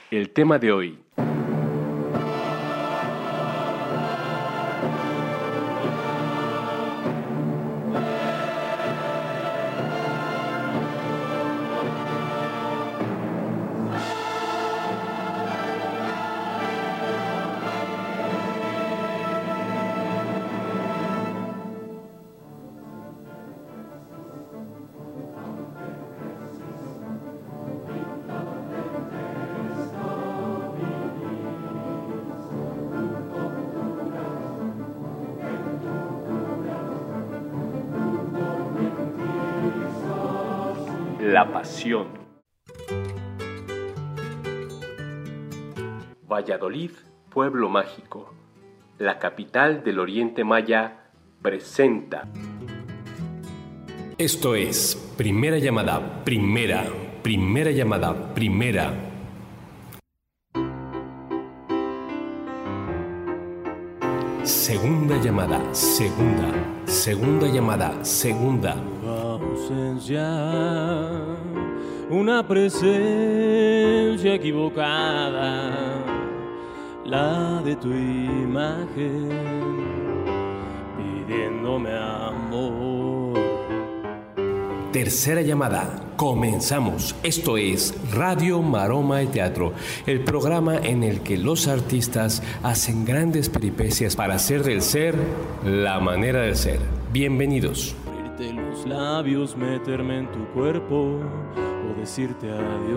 El tema de hoy. La pasión. Valladolid, pueblo mágico, la capital del Oriente Maya, presenta. Esto es Primera Llamada, Primera Llamada, Primera. Segunda llamada, segunda llamada, segunda. Ausencia, una presencia equivocada, la de tu imagen, pidiéndome amor. Tercera llamada, comenzamos. Esto es Radio Maroma y Teatro, el programa en el que los artistas hacen grandes peripecias para hacer del ser la manera de ser. Bienvenidos. Abrirte los labios, meterme en tu cuerpo o decirte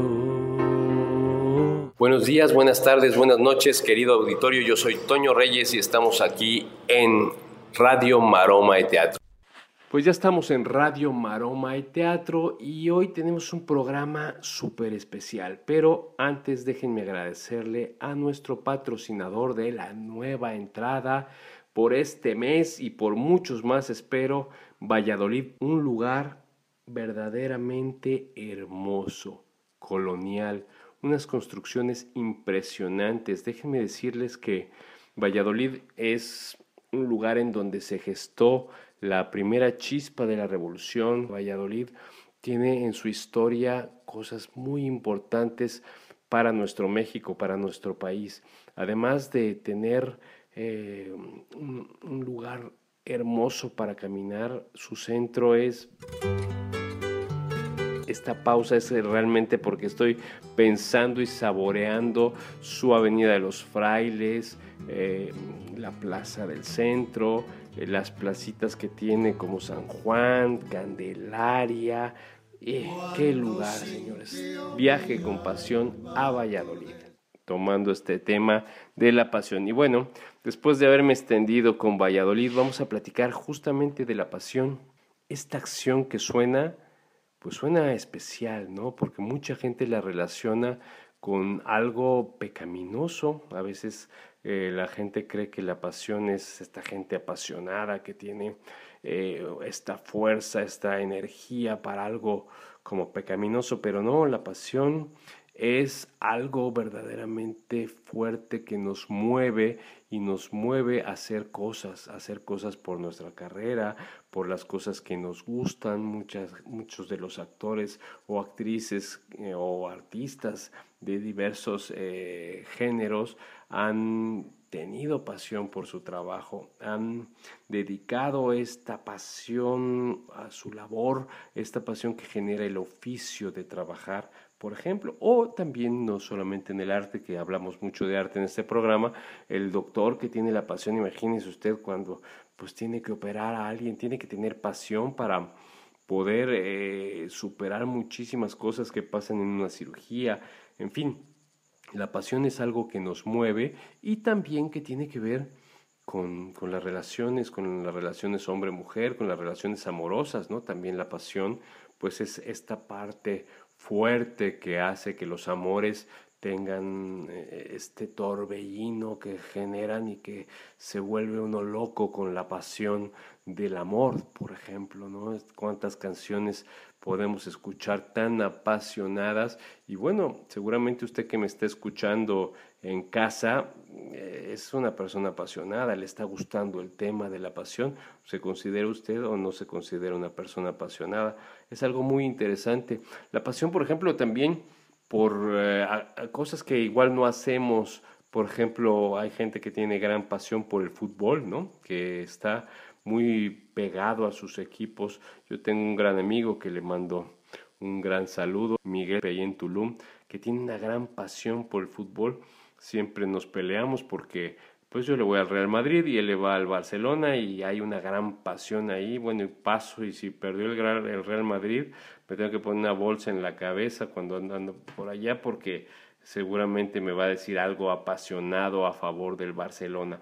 adiós. Buenos días, buenas tardes, buenas noches, querido auditorio. Yo soy Toño Reyes y estamos aquí en Radio Maroma y Teatro. Pues ya estamos en Radio Maroma y Teatro y hoy tenemos un programa súper especial. Pero antes déjenme agradecerle a nuestro patrocinador de la nueva entrada por este mes y por muchos más, espero, Valladolid, un lugar verdaderamente hermoso, colonial, unas construcciones impresionantes. Déjenme decirles que Valladolid es un lugar en donde se gestó la primera chispa de la revolución. Valladolid tiene en su historia cosas muy importantes para nuestro México, para nuestro país. Además de tener un lugar hermoso para caminar, su centro es... Esta pausa es realmente porque estoy pensando y saboreando su Avenida de los Frailes, la Plaza del Centro, las placitas que tiene como San Juan, Candelaria. ¡Qué lugar, señores! Viaje con pasión a Valladolid, tomando este tema de la pasión. Y bueno, después de haberme extendido con Valladolid, vamos a platicar justamente de la pasión. Esta acción que suena especial, ¿no? Porque mucha gente la relaciona con algo pecaminoso. A veces la gente cree que la pasión es esta gente apasionada que tiene esta fuerza, esta energía para algo como pecaminoso, pero no, la pasión es algo verdaderamente fuerte que nos mueve y nos mueve a hacer cosas por nuestra carrera, por las cosas que nos gustan. Muchos de los actores o actrices o artistas de diversos géneros han tenido pasión por su trabajo, han dedicado esta pasión a su labor, esta pasión que genera el oficio de trabajar, por ejemplo, o también no solamente en el arte, que hablamos mucho de arte en este programa, el doctor que tiene la pasión. Imagínese usted cuando pues tiene que operar a alguien, tiene que tener pasión para poder superar muchísimas cosas que pasan en una cirugía. En fin, la pasión es algo que nos mueve y también que tiene que ver con las relaciones hombre-mujer, con las relaciones amorosas, ¿no? También la pasión pues es esta parte fuerte que hace que los amores tengan este torbellino que generan y que se vuelve uno loco con la pasión del amor, por ejemplo, ¿no? Cuántas canciones podemos escuchar tan apasionadas. Y bueno, seguramente usted que me está escuchando en casa es una persona apasionada, le está gustando el tema de la pasión. ¿Se considera usted o no se considera una persona apasionada? Es algo muy interesante. La pasión, por ejemplo, también por a cosas que igual no hacemos. Por ejemplo, hay gente que tiene gran pasión por el fútbol, ¿no? Que está muy pegado a sus equipos. Yo tengo un gran amigo que le mando un gran saludo, Miguel, ahí en Tulum, que tiene una gran pasión por el fútbol. Siempre nos peleamos porque pues yo le voy al Real Madrid y él le va al Barcelona y hay una gran pasión ahí. Bueno, y paso y si perdió el Real Madrid, me tengo que poner una bolsa en la cabeza cuando ando por allá porque seguramente me va a decir algo apasionado a favor del Barcelona.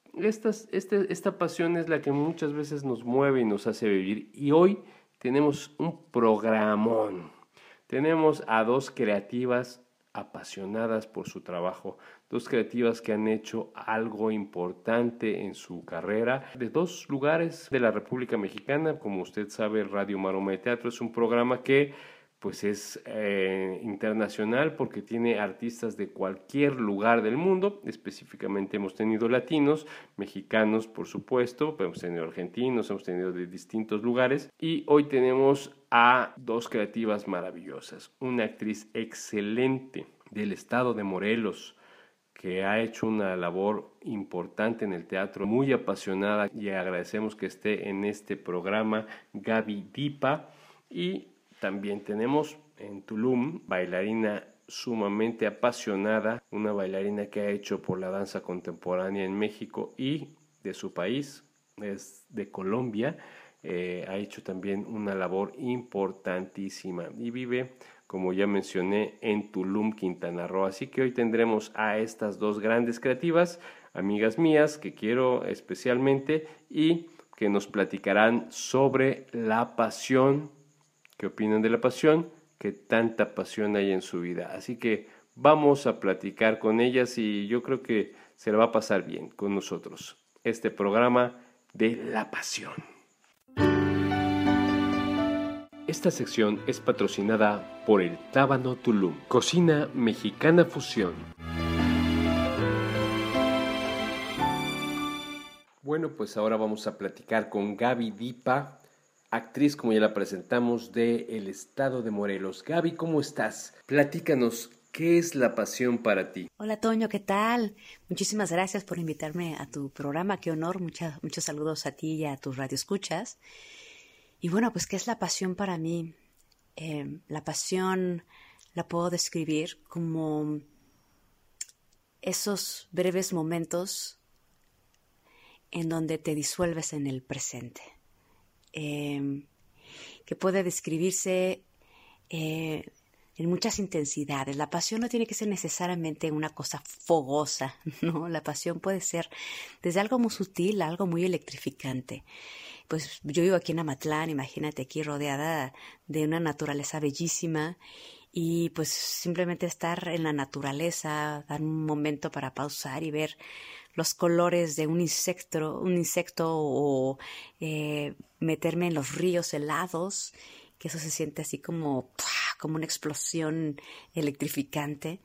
Esta pasión es la que muchas veces nos mueve y nos hace vivir. Y hoy tenemos un programón. Tenemos a dos creativas apasionadas por su trabajo, dos creativas que han hecho algo importante en su carrera, de dos lugares de la República Mexicana. Como usted sabe, Radio Maroma de Teatro es un programa que pues es internacional porque tiene artistas de cualquier lugar del mundo. Específicamente hemos tenido latinos, mexicanos por supuesto, pero hemos tenido argentinos, hemos tenido de distintos lugares y hoy tenemos a dos creativas maravillosas, una actriz excelente del estado de Morelos que ha hecho una labor importante en el teatro, muy apasionada, y agradecemos que esté en este programa, Gaby Dipa. Y también tenemos en Tulum, bailarina sumamente apasionada, una bailarina que ha hecho por la danza contemporánea en México y de su país, es de Colombia. Ha hecho también una labor importantísima y vive, como ya mencioné, en Tulum, Quintana Roo. Así que hoy tendremos a estas dos grandes creativas, amigas mías, que quiero especialmente y que nos platicarán sobre la pasión. ¿Qué opinan de la pasión? ¿Qué tanta pasión hay en su vida? Así que vamos a platicar con ellas y yo creo que se la va a pasar bien con nosotros. Este programa de la pasión. Esta sección es patrocinada por el Tábano Tulum, cocina mexicana fusión. Bueno, pues ahora vamos a platicar con Gaby Dipa, actriz, como ya la presentamos, de el estado de Morelos. Gaby, ¿cómo estás? Platícanos, ¿qué es la pasión para ti? Hola Toño, ¿qué tal? Muchísimas gracias por invitarme a tu programa, qué honor, muchos saludos a ti y a tus radioescuchas. Y bueno, pues ¿qué es la pasión para mí? La pasión la puedo describir como esos breves momentos en donde te disuelves en el presente. Que puede describirse en muchas intensidades. La pasión no tiene que ser necesariamente una cosa fogosa, ¿no? La pasión puede ser desde algo muy sutil a algo muy electrificante. Pues yo vivo aquí en Amatlán, imagínate aquí rodeada de una naturaleza bellísima y pues simplemente estar en la naturaleza, dar un momento para pausar y ver los colores de un insecto o meterme en los ríos helados, que eso se siente así como una explosión electrificante.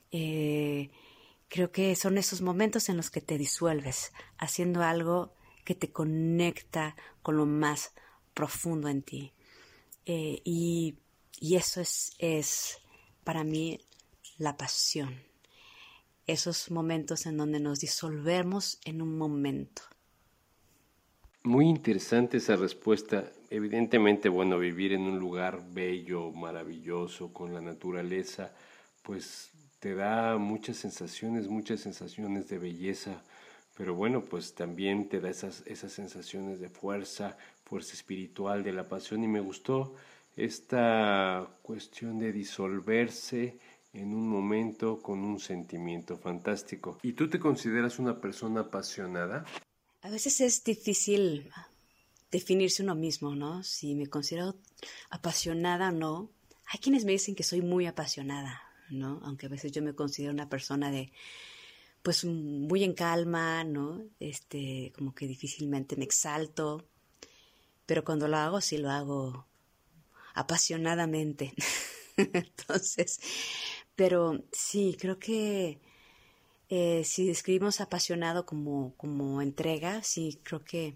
Creo que son esos momentos en los que te disuelves haciendo algo que te conecta con lo más profundo en ti. Y eso es para mí la pasión. Esos momentos en donde nos disolvemos en un momento. Muy interesante esa respuesta. Evidentemente, bueno, vivir en un lugar bello, maravilloso, con la naturaleza, pues te da muchas sensaciones de belleza. Pero bueno, pues también te da esas sensaciones de fuerza espiritual, de la pasión. Y me gustó esta cuestión de disolverse en un momento con un sentimiento fantástico. ¿Y tú te consideras una persona apasionada? A veces es difícil definirse uno mismo, ¿no? Si me considero apasionada o no. Hay quienes me dicen que soy muy apasionada, ¿no? Aunque a veces yo me considero una persona pues muy en calma, ¿no? Como que difícilmente me exalto, pero cuando lo hago, sí lo hago apasionadamente. Entonces, pero sí, creo que si describimos apasionado como entrega, sí, creo que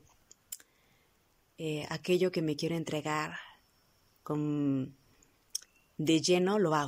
aquello que me quiero entregar de lleno lo hago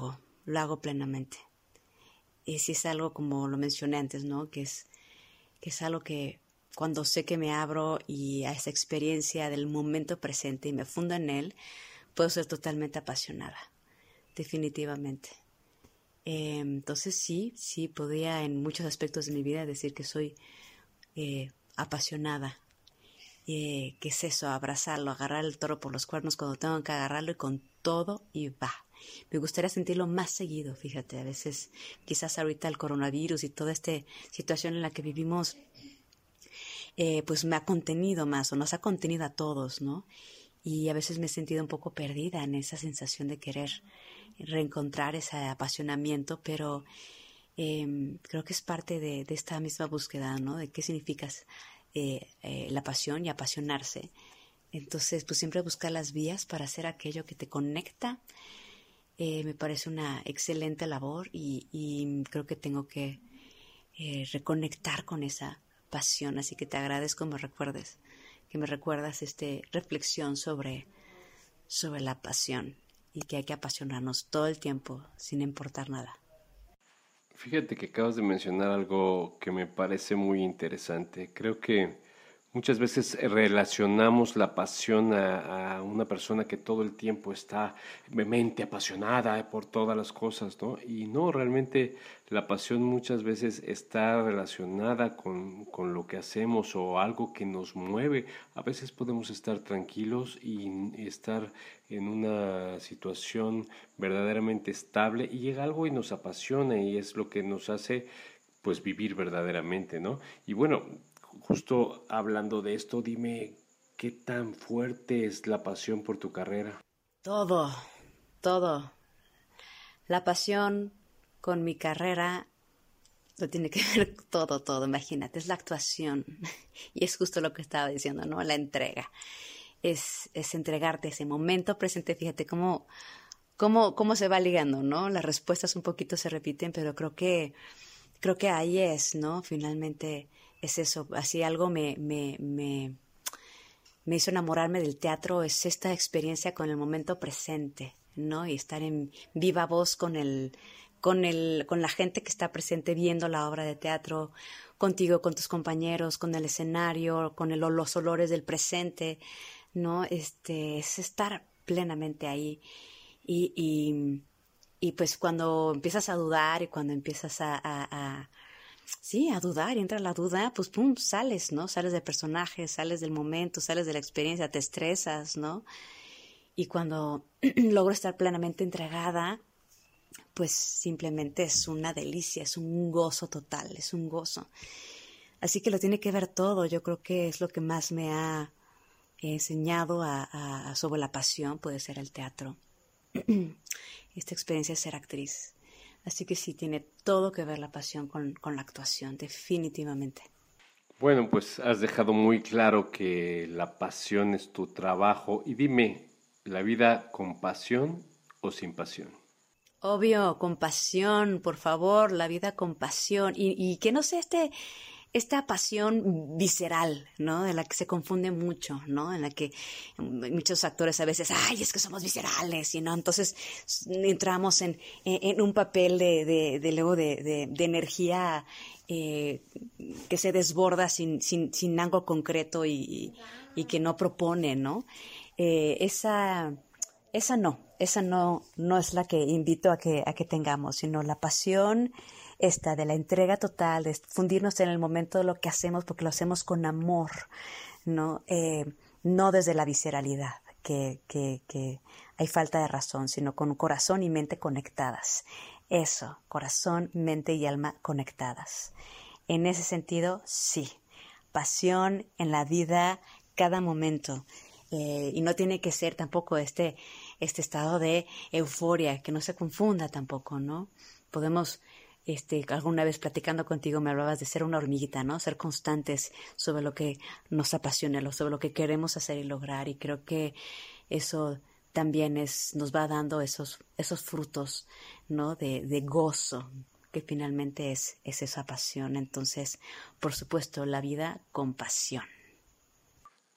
lo hago plenamente. Y si es algo como lo mencioné antes, ¿no? Que es algo que cuando sé que me abro y a esa experiencia del momento presente y me fundo en él, puedo ser totalmente apasionada, definitivamente. Entonces sí, podría en muchos aspectos de mi vida decir que soy apasionada. ¿Qué es eso? Abrazarlo, agarrar el toro por los cuernos cuando tengo que agarrarlo y con todo y va. Me gustaría sentirlo más seguido, fíjate, a veces quizás ahorita el coronavirus y toda esta situación en la que vivimos pues me ha contenido más o nos ha contenido a todos, ¿no? Y a veces me he sentido un poco perdida en esa sensación de querer reencontrar ese apasionamiento, pero creo que es parte de esta misma búsqueda, ¿no? De qué significa la pasión y apasionarse. Entonces, pues siempre buscar las vías para hacer aquello que te conecta. Me parece una excelente labor y creo que tengo que reconectar con esa pasión. Así que te agradezco que me recuerdas reflexión sobre la pasión y que hay que apasionarnos todo el tiempo sin importar nada. Fíjate que acabas de mencionar algo que me parece muy interesante. Creo que muchas veces relacionamos la pasión a una persona que todo el tiempo está vehemente apasionada por todas las cosas, ¿no? Y no, realmente la pasión muchas veces está relacionada con lo que hacemos o algo que nos mueve. A veces podemos estar tranquilos y estar en una situación verdaderamente estable y llega algo y nos apasiona y es lo que nos hace pues vivir verdaderamente, ¿no? Y bueno, justo hablando de esto, dime qué tan fuerte es la pasión por tu carrera. Todo. La pasión con mi carrera lo tiene que ver todo, imagínate, es la actuación. Y es justo lo que estaba diciendo, ¿no? La entrega. Es entregarte ese momento presente. Fíjate cómo se va ligando, ¿no? Las respuestas un poquito se repiten, pero creo que ahí es, ¿no? Finalmente es eso. Así algo me hizo enamorarme del teatro, es esta experiencia con el momento presente, ¿no? Y estar en viva voz con la gente que está presente viendo la obra de teatro, contigo, con tus compañeros, con el escenario, con los olores del presente, ¿no? Es estar plenamente ahí. Y pues cuando empiezas a dudar y cuando empiezas a dudar y entra la duda, pues pum, sales, ¿no? Sales del personaje, sales del momento, sales de la experiencia, te estresas, ¿no? Y cuando logro estar plenamente entregada, pues simplemente es una delicia, es un gozo total, es un gozo. Así que lo tiene que ver todo. Yo creo que es lo que más me ha enseñado sobre la pasión, puede ser el teatro. Esta experiencia de ser actriz. Así que sí, tiene todo que ver la pasión con la actuación, definitivamente. Bueno, pues has dejado muy claro que la pasión es tu trabajo. Y dime, ¿la vida con pasión o sin pasión? Obvio, con pasión, por favor, la vida con pasión. Y que no sea esta pasión visceral, ¿no? En la que se confunde mucho, ¿no? En la que muchos actores a veces, ay, es que somos viscerales, y no, entonces entramos en un papel de energía que se desborda sin algo concreto y que no propone, ¿no? Esa no es la que invito a que tengamos, sino la pasión esta de la entrega total, de fundirnos en el momento de lo que hacemos porque lo hacemos con amor, ¿no? No desde la visceralidad, que hay falta de razón, sino con corazón y mente conectadas. Eso, corazón, mente y alma conectadas. En ese sentido, sí, pasión en la vida cada momento. Y no tiene que ser tampoco este estado de euforia, que no se confunda tampoco, ¿no? Podemos, alguna vez platicando contigo me hablabas de ser una hormiguita, ¿no? Ser constantes sobre lo que nos apasiona, sobre lo que queremos hacer y lograr. Y creo que eso también nos va dando esos frutos, ¿no? De gozo, que finalmente es esa pasión. Entonces, por supuesto, la vida con pasión.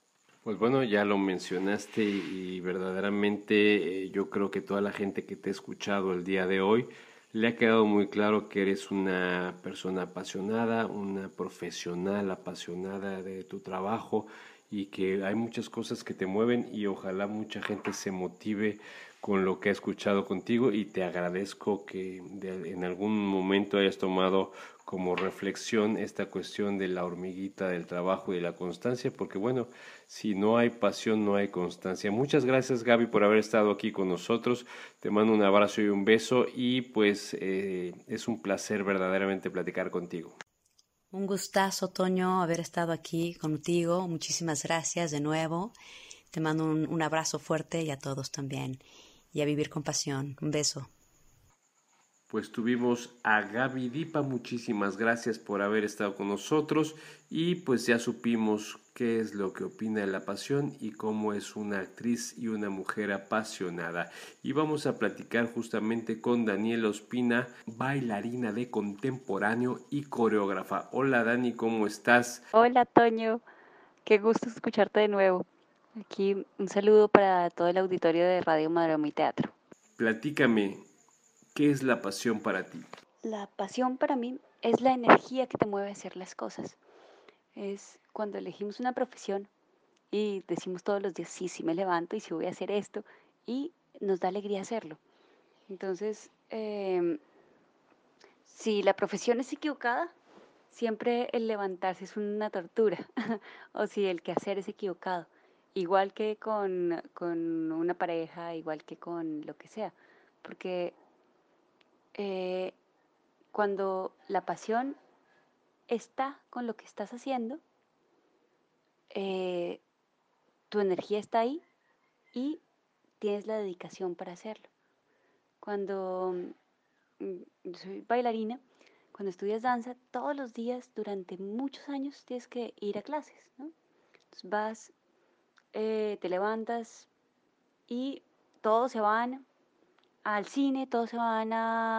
Pues bueno, ya lo mencionaste y verdaderamente yo creo que toda la gente que te ha escuchado el día de hoy le ha quedado muy claro que eres una persona apasionada, una profesional apasionada de tu trabajo y que hay muchas cosas que te mueven y ojalá mucha gente se motive con lo que ha escuchado contigo y te agradezco que en algún momento hayas tomado como reflexión esta cuestión de la hormiguita del trabajo y de la constancia, porque bueno, si no hay pasión, no hay constancia. Muchas gracias, Gaby, por haber estado aquí con nosotros. Te mando un abrazo y un beso y pues es un placer verdaderamente platicar contigo. Un gustazo, Toño, haber estado aquí contigo. Muchísimas gracias de nuevo. Te mando un abrazo fuerte y a todos también. Y a vivir con pasión. Un beso. Pues tuvimos a Gaby Dipa, muchísimas gracias por haber estado con nosotros y pues ya supimos qué es lo que opina de la pasión y cómo es una actriz y una mujer apasionada. Y vamos a platicar justamente con Daniela Ospina, bailarina de contemporáneo y coreógrafa. Hola Dani, ¿cómo estás? Hola Toño, qué gusto escucharte de nuevo. Aquí un saludo para todo el auditorio de Radio Madroma y Teatro. Platícame, ¿qué es la pasión para ti? La pasión para mí es la energía que te mueve a hacer las cosas. Es cuando elegimos una profesión y decimos todos los días, sí, sí me levanto y sí voy a hacer esto y nos da alegría hacerlo. Entonces, si la profesión es equivocada, siempre el levantarse es una tortura, o si el quehacer es equivocado, igual que con una pareja, igual que con lo que sea, porque eh, cuando la pasión está con lo que estás haciendo, eh, tu energía está ahí y tienes la dedicación para hacerlo. Cuando yo soy bailarina, cuando estudias danza, todos los días durante muchos años tienes que ir a clases, ¿no? Entonces vas, te levantas y todos se van al cine, todos se van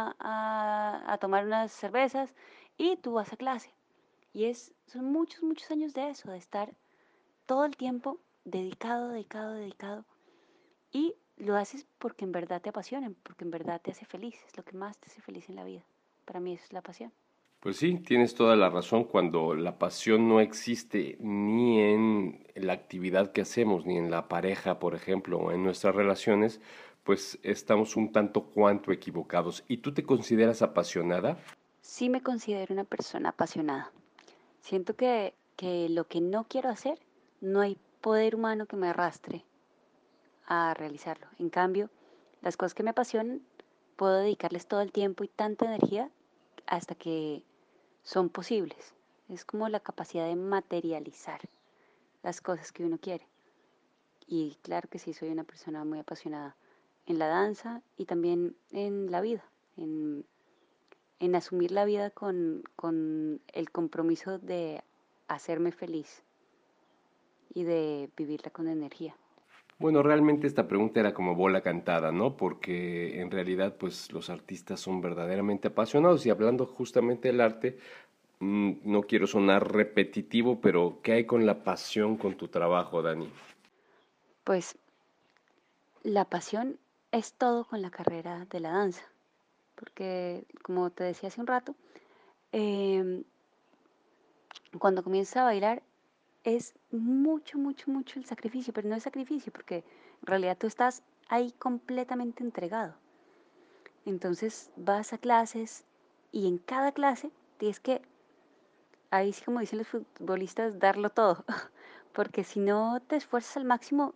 a tomar unas cervezas y tú vas a clase. Y son muchos, muchos años de eso, de estar todo el tiempo dedicado, dedicado, dedicado. Y lo haces porque en verdad te apasiona, porque en verdad te hace feliz, es lo que más te hace feliz en la vida. Para mí eso es la pasión. Pues sí, tienes toda la razón. Cuando la pasión no existe ni en la actividad que hacemos, ni en la pareja, por ejemplo, o en nuestras relaciones, pues estamos un tanto cuanto equivocados. ¿Y tú te consideras apasionada? Sí me considero una persona apasionada. Siento que lo que no quiero hacer, no hay poder humano que me arrastre a realizarlo. En cambio, las cosas que me apasionan, puedo dedicarles todo el tiempo y tanta energía hasta que son posibles. Es como la capacidad de materializar las cosas que uno quiere. Y claro que sí, soy una persona muy apasionada en la danza y también en la vida, en asumir la vida con el compromiso de hacerme feliz y de vivirla con energía. Bueno, realmente esta pregunta era como bola cantada, ¿no? Porque en realidad, pues los artistas son verdaderamente apasionados y hablando justamente del arte, no quiero sonar repetitivo, pero ¿qué hay con la pasión con tu trabajo, Dani? Pues la pasión es todo con la carrera de la danza, porque como te decía hace un rato, em, cuando comienzas a bailar es mucho, mucho, mucho el sacrificio, pero no es sacrificio, porque en realidad tú estás ahí completamente entregado. Entonces vas a clases y en cada clase tienes que, ahí sí como dicen los futbolistas, darlo todo, porque si no te esfuerzas al máximo,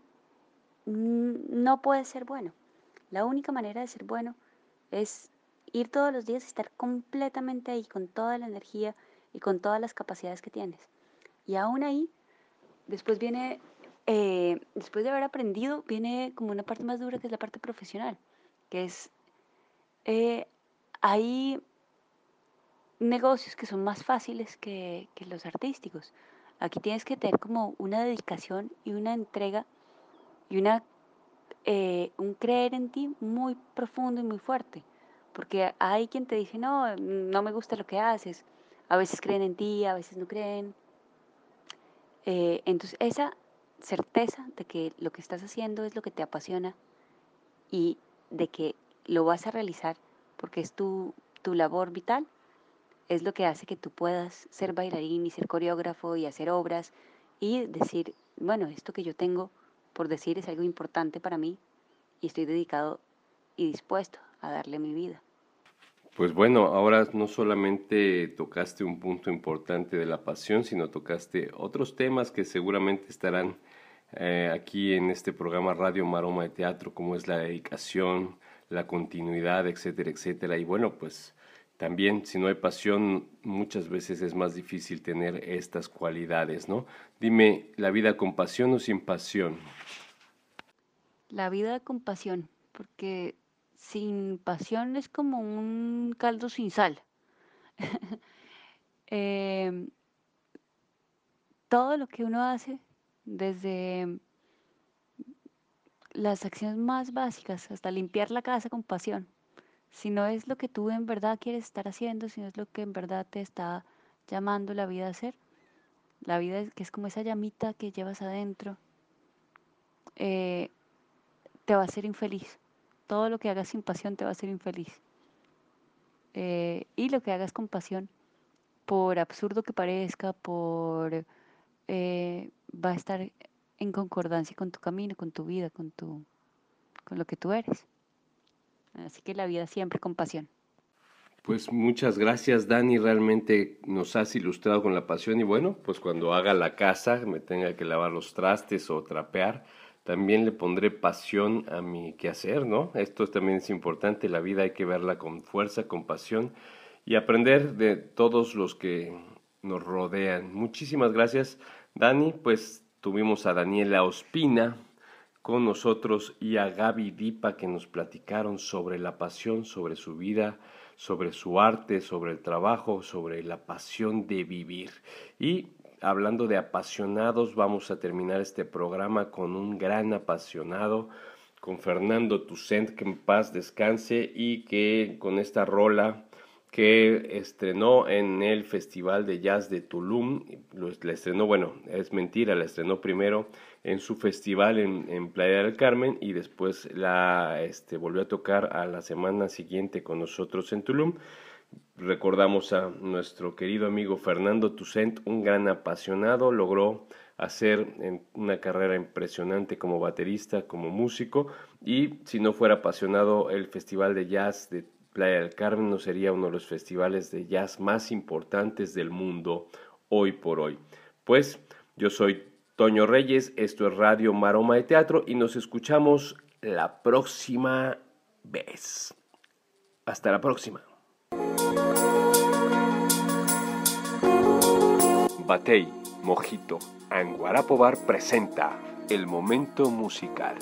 no puedes ser bueno. La única manera de ser bueno es ir todos los días y estar completamente ahí, con toda la energía y con todas las capacidades que tienes. Y aún ahí, después viene, después de haber aprendido, viene como una parte más dura que es la parte profesional, que es, eh, hay negocios que son más fáciles que los artísticos. Aquí tienes que tener como una dedicación y una entrega y un creer en ti muy profundo y muy fuerte. Porque hay quien te dice, no, no me gusta lo que haces. A veces creen en ti, a veces no creen. Entonces, certeza de que lo que estás haciendo es lo que te apasiona y de que lo vas a realizar porque es tu labor vital, es lo que hace que tú puedas ser bailarín y ser coreógrafo y hacer obras y decir, bueno, esto que yo tengo por decir es algo importante para mí y estoy dedicado y dispuesto a darle mi vida. Pues bueno, ahora no solamente tocaste un punto importante de la pasión, sino tocaste otros temas que seguramente estarán aquí en este programa Radio Maroma de Teatro, como es la dedicación, la continuidad, etcétera, etcétera. Y bueno, pues también si no hay pasión, muchas veces es más difícil tener estas cualidades, ¿no? Dime, ¿la vida con pasión o sin pasión? La vida con pasión, porque sin pasión es como un caldo sin sal. Em, Todo lo que uno hace, desde las acciones más básicas hasta limpiar la casa con pasión, si no es lo que tú en verdad quieres estar haciendo, si no es lo que en verdad te está llamando la vida a hacer, la vida que es como esa llamita que llevas adentro, eh, te va a hacer infeliz. Todo lo que hagas sin pasión te va a hacer infeliz. Y lo que hagas con pasión, por absurdo que parezca, va a estar en concordancia con tu camino, con tu vida, con lo que tú eres. Así que la vida siempre con pasión. Pues muchas gracias, Dani, realmente nos has ilustrado con la pasión y bueno, pues cuando haga la casa, me tenga que lavar los trastes o trapear, también le pondré pasión a mi quehacer, ¿no? Esto también es importante, la vida hay que verla con fuerza, con pasión y aprender de todos los que nos rodean. Muchísimas gracias, Dani, pues tuvimos a Daniela Ospina con nosotros y a Gaby Dipa que nos platicaron sobre la pasión, sobre su vida, sobre su arte, sobre el trabajo, sobre la pasión de vivir. Y hablando de apasionados, vamos a terminar este programa con un gran apasionado, con Fernando Toussaint, que en paz descanse y que con esta rola que estrenó en el Festival de Jazz de Tulum, la estrenó, bueno, es mentira, la estrenó primero en su festival en Playa del Carmen y después la volvió a tocar a la semana siguiente con nosotros en Tulum. Recordamos a nuestro querido amigo Fernando Toussaint, un gran apasionado, logró hacer una carrera impresionante como baterista, como músico, y si no fuera apasionado el Festival de Jazz de Playa del Carmen no sería uno de los festivales de jazz más importantes del mundo hoy por hoy. Pues yo soy Toño Reyes, esto es Radio Maroma de Teatro y nos escuchamos la próxima vez. Hasta la próxima. Batey, Mojito, Anguarapo Bar presenta El Momento Musical.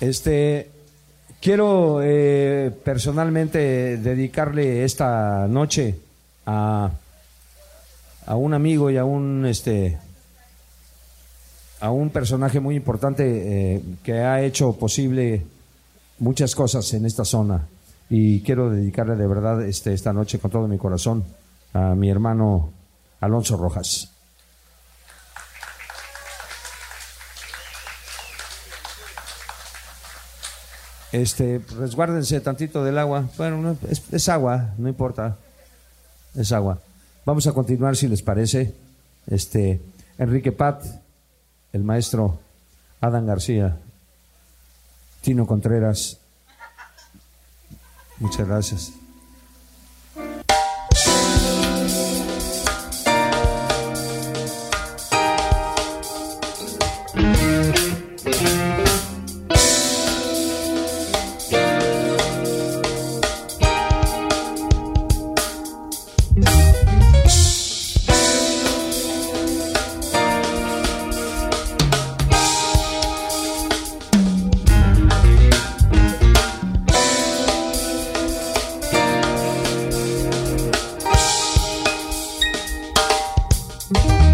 Quiero personalmente dedicarle esta noche a un amigo y a un personaje muy importante que ha hecho posible muchas cosas en esta zona, y quiero dedicarle de verdad esta noche con todo mi corazón a mi hermano Alonso Rojas. Resguárdense tantito del agua. Bueno, es agua, no importa, es agua. Vamos a continuar, si les parece. Enrique Pat, el maestro Adán García, Tino Contreras. Muchas gracias. Thank you.